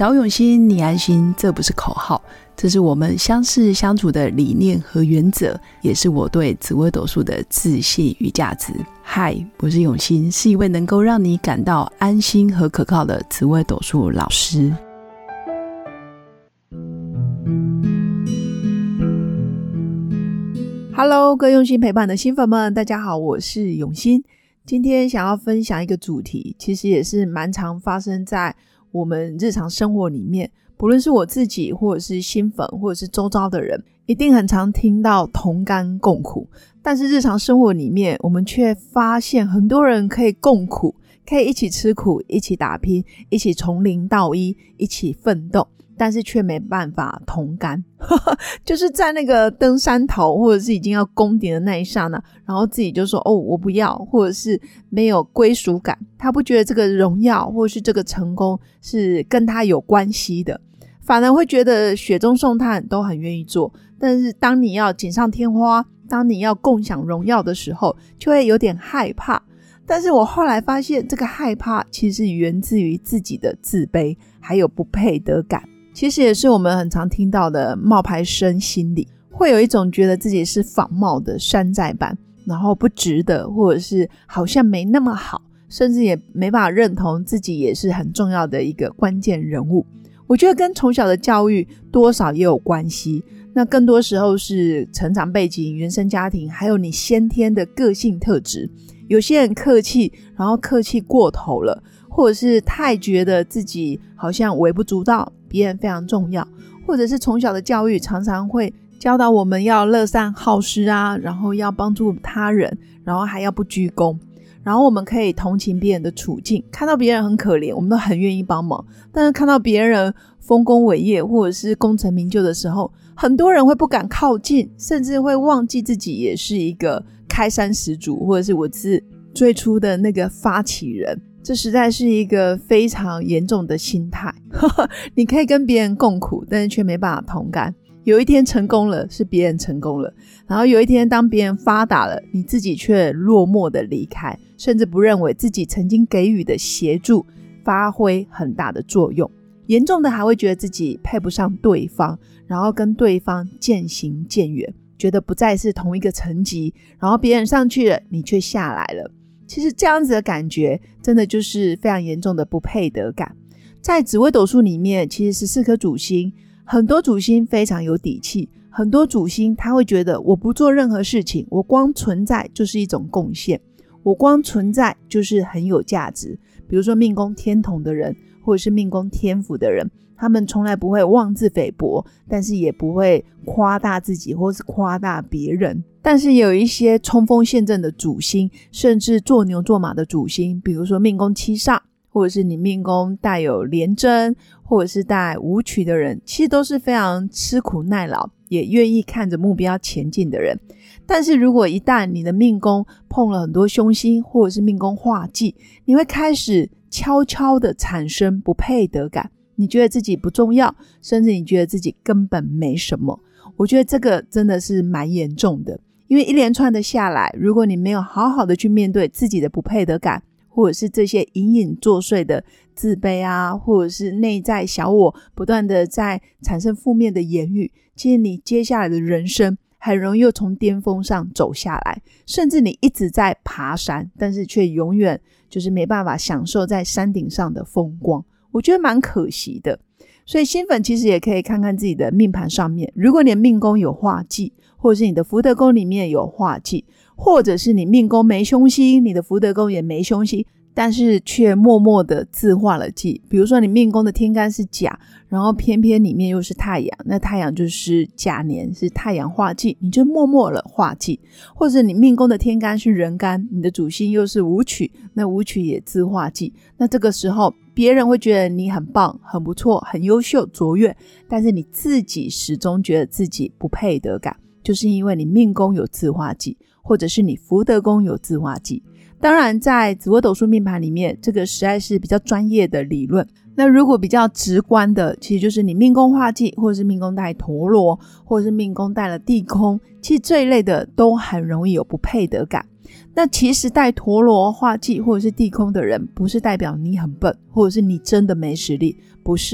找永新，你安心，这不是口号，这是我们相识相处的理念和原则，也是我对紫微斗数的自信与价值。嗨，我是永新，是一位能够让你感到安心和可靠的紫微斗数老师。Hello， 各位用心陪伴的新粉们，大家好，我是永新。今天想要分享一个主题，其实也是蛮常发生在我们日常生活里面，不论是我自己或者是新粉或者是周遭的人，一定很常听到同甘共苦，但是日常生活里面我们却发现很多人可以共苦，可以一起吃苦，一起打拼，一起从零到一，一起奋斗，但是却没办法同甘就是在那个登山头或者是已经要攻顶的那一刹那，然后自己就说我不要，或者是没有归属感，他不觉得这个荣耀或者是这个成功是跟他有关系的，反而会觉得雪中送炭都很愿意做，但是当你要锦上添花，当你要共享荣耀的时候，就会有点害怕。但是我后来发现，这个害怕其实源自于自己的自卑还有不配得感，其实也是我们很常听到的冒牌生心理，会有一种觉得自己是仿冒的山寨版，然后不值得，或者是好像没那么好，甚至也没办法认同自己也是很重要的一个关键人物。我觉得跟从小的教育多少也有关系，那更多时候是成长背景、原生家庭，还有你先天的个性特质。有些人客气，然后客气过头了，或者是太觉得自己好像微不足道，别人非常重要，或者是从小的教育常常会教导我们要乐善好施啊，然后要帮助他人，然后还要不居功，然后我们可以同情别人的处境，看到别人很可怜，我们都很愿意帮忙，但是看到别人丰功伟业或者是功成名就的时候，很多人会不敢靠近，甚至会忘记自己也是一个开山始祖，或者是我是最初的那个发起人，这实在是一个非常严重的心态你可以跟别人共苦，但是却没办法同甘。有一天成功了，是别人成功了，然后有一天当别人发达了，你自己却落寞的离开，甚至不认为自己曾经给予的协助发挥很大的作用，严重的还会觉得自己配不上对方，然后跟对方渐行渐远，觉得不再是同一个层级，然后别人上去了，你却下来了。其实这样子的感觉真的就是非常严重的不配得感。在紫微斗数里面，其实14颗主星，很多主星非常有底气，很多主星他会觉得我不做任何事情，我光存在就是一种贡献，我光存在就是很有价值。比如说命宫天同的人，或者是命宫天府的人，他们从来不会妄自菲薄，但是也不会夸大自己或是夸大别人。但是也有一些冲锋陷阵的主星，甚至做牛做马的主星，比如说命宫七煞，或者是你命宫带有廉贞或者是带武曲的人，其实都是非常吃苦耐劳，也愿意看着目标前进的人。但是如果一旦你的命宫碰了很多凶星，或者是命宫化忌，你会开始悄悄的产生不配得感，你觉得自己不重要，甚至你觉得自己根本没什么。我觉得这个真的是蛮严重的，因为一连串的下来，如果你没有好好的去面对自己的不配得感，或者是这些隐隐作祟的自卑啊，或者是内在小我不断的在产生负面的言语，其实你接下来的人生很容易又从巅峰上走下来，甚至你一直在爬山，但是却永远就是没办法享受在山顶上的风光，我觉得蛮可惜的。所以新粉其实也可以看看自己的命盘上面，如果你的命宫有化忌，或者是你的福德宫里面有化忌，或者是你命宫没凶星，你的福德宫也没凶星，但是却默默的自化了忌。比如说你命宫的天干是甲，然后偏偏里面又是太阳，那太阳就是甲年，是太阳化忌，你就默默了化忌。或者你命宫的天干是人干，你的主星又是武曲，那武曲也自化忌，那这个时候别人会觉得你很棒，很不错，很优秀，卓越，但是你自己始终觉得自己不配得感，就是因为你命宫有自化忌，或者是你福德宫有自化忌。当然在紫微斗数命盘里面，这个实在是比较专业的理论，那如果比较直观的，其实就是你命宫化忌，或者是命宫带陀罗，或者是命宫带了地空，其实这一类的都很容易有不配得感。那其实带陀罗化忌或者是地空的人，不是代表你很笨，或者是你真的没实力，不是，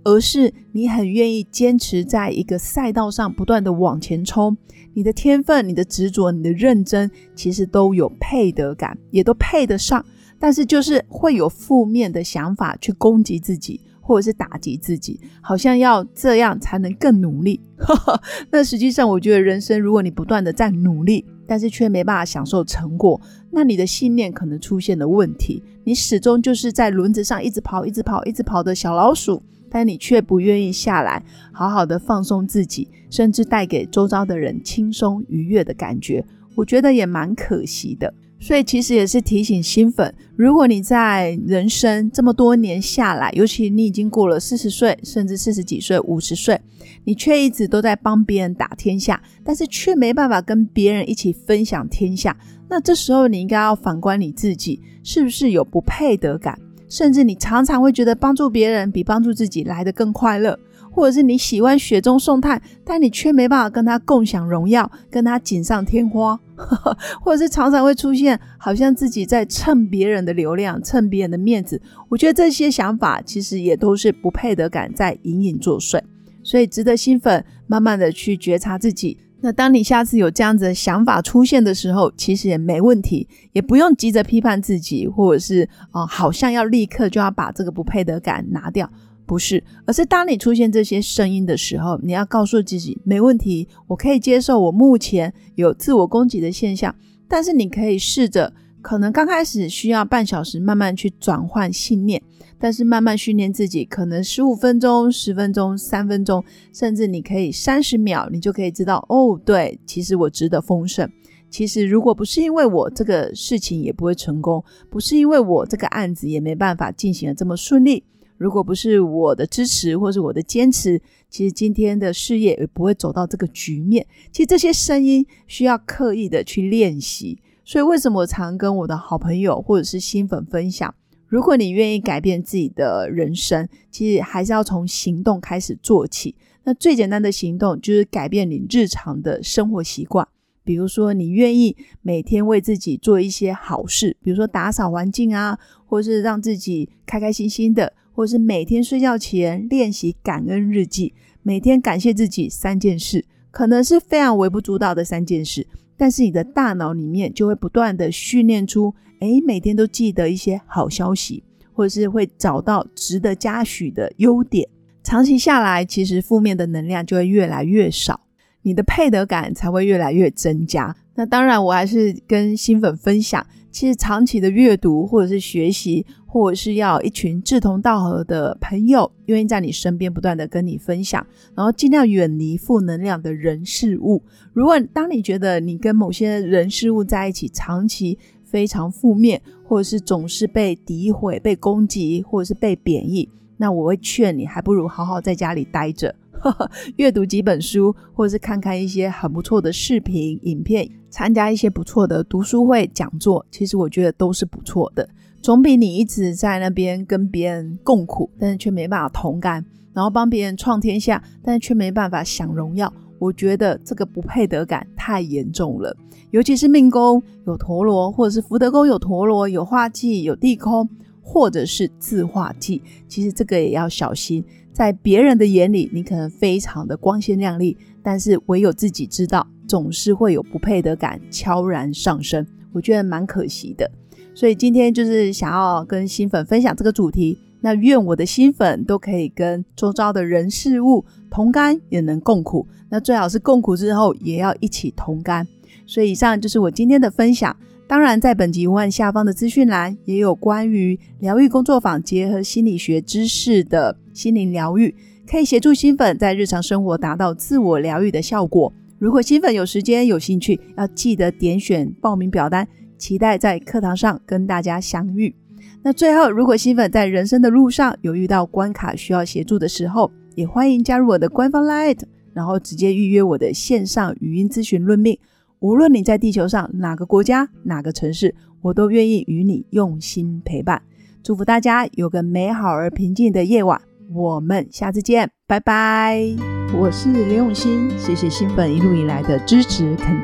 而是你很愿意坚持在一个赛道上不断的往前冲。你的天分、你的执着、你的认真，其实都有配得感，也都配得上，但是就是会有负面的想法去攻击自己，或者是打击自己，好像要这样才能更努力。那实际上我觉得人生，如果你不断的在努力，但是却没办法享受成果，那你的信念可能出现了问题，你始终就是在轮子上一直跑一直跑一直跑的小老鼠，但你却不愿意下来好好的放松自己，甚至带给周遭的人轻松愉悦的感觉，我觉得也蛮可惜的。所以其实也是提醒新粉，如果你在人生这么多年下来，尤其你已经过了40岁，甚至40几岁、50岁，你却一直都在帮别人打天下，但是却没办法跟别人一起分享天下，那这时候你应该要反观你自己，是不是有不配得感，甚至你常常会觉得帮助别人比帮助自己来得更快乐，或者是你喜欢雪中送炭，但你却没办法跟他共享荣耀，跟他锦上添花，或者是常常会出现好像自己在蹭别人的流量，蹭别人的面子。我觉得这些想法其实也都是不配得感在隐隐作祟，所以值得新粉慢慢的去觉察自己。那当你下次有这样子的想法出现的时候，其实也没问题，也不用急着批判自己，或者是好像要立刻就要把这个不配得感拿掉，不是，而是当你出现这些声音的时候，你要告诉自己没问题，我可以接受我目前有自我攻击的现象，但是你可以试着，可能刚开始需要半小时慢慢去转换信念，但是慢慢训练自己，可能15分钟、10分钟、3分钟，甚至你可以30秒，你就可以知道，对，其实我值得丰盛。其实如果不是因为我，这个事情也不会成功，不是因为我，这个案子也没办法进行得这么顺利，如果不是我的支持或是我的坚持，其实今天的事业也不会走到这个局面。其实这些声音需要刻意的去练习，所以为什么我常跟我的好朋友或者是新粉分享，如果你愿意改变自己的人生，其实还是要从行动开始做起。那最简单的行动就是改变你日常的生活习惯，比如说你愿意每天为自己做一些好事，比如说打扫环境啊，或是让自己开开心心的，或是每天睡觉前练习感恩日记，每天感谢自己3件事，可能是非常微不足道的3件事，但是你的大脑里面就会不断的训练出每天都记得一些好消息，或者是会找到值得嘉许的优点。长期下来，其实负面的能量就会越来越少，你的配得感才会越来越增加。那当然我还是跟新粉分享，其实长期的阅读或者是学习，或者是要一群志同道合的朋友愿意在你身边不断的跟你分享，然后尽量远离负能量的人事物。如果当你觉得你跟某些人事物在一起长期非常负面，或者是总是被诋毁、被攻击，或者是被贬义，那我会劝你还不如好好在家里待着，阅读几本书，或者是看看一些很不错的视频影片，参加一些不错的读书会讲座，其实我觉得都是不错的，总比你一直在那边跟别人共苦，但是却没办法同甘，然后帮别人创天下，但是却没办法享荣耀，我觉得这个不配得感太严重了。尤其是命宫有陀罗，或者是福德宫有陀罗、有化忌、有地空，或者是自化忌，其实这个也要小心。在别人的眼里，你可能非常的光鲜亮丽，但是唯有自己知道，总是会有不配得感悄然上升，我觉得蛮可惜的。所以今天就是想要跟新粉分享这个主题，那愿我的新粉都可以跟周遭的人事物同甘，也能共苦，那最好是共苦之后也要一起同甘。所以以上就是我今天的分享，当然在本集文案下方的资讯栏也有关于疗愈工作坊结合心理学知识的心灵疗愈，可以协助新粉在日常生活达到自我疗愈的效果。如果新粉有时间有兴趣，要记得点选报名表单，期待在课堂上跟大家相遇。那最后，如果新粉在人生的路上有遇到关卡需要协助的时候，也欢迎加入我的官方 LINE， 然后直接预约我的线上语音咨询论命。无论你在地球上哪个国家哪个城市，我都愿意与你用心陪伴。祝福大家有个美好而平静的夜晚，我们下次见，拜拜。我是刘永新，谢谢新粉一路以来的支持肯定，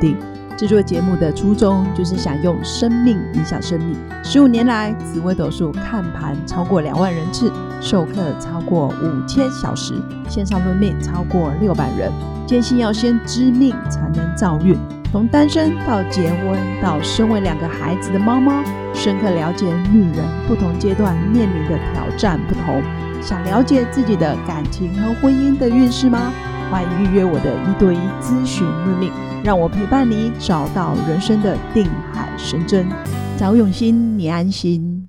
制作节目的初衷就是想用生命影响生命。15年来，紫微斗数看盘超过2万人次，授课超过5000小时，线上论命超过600人。坚信要先知命才能造运，从单身到结婚到身为2个孩子的妈妈，深刻了解女人不同阶段面临的挑战不同。想了解自己的感情和婚姻的运势吗？欢迎预约我的1对1咨询论命，让我陪伴你找到人生的定海神针。找永心，你安心。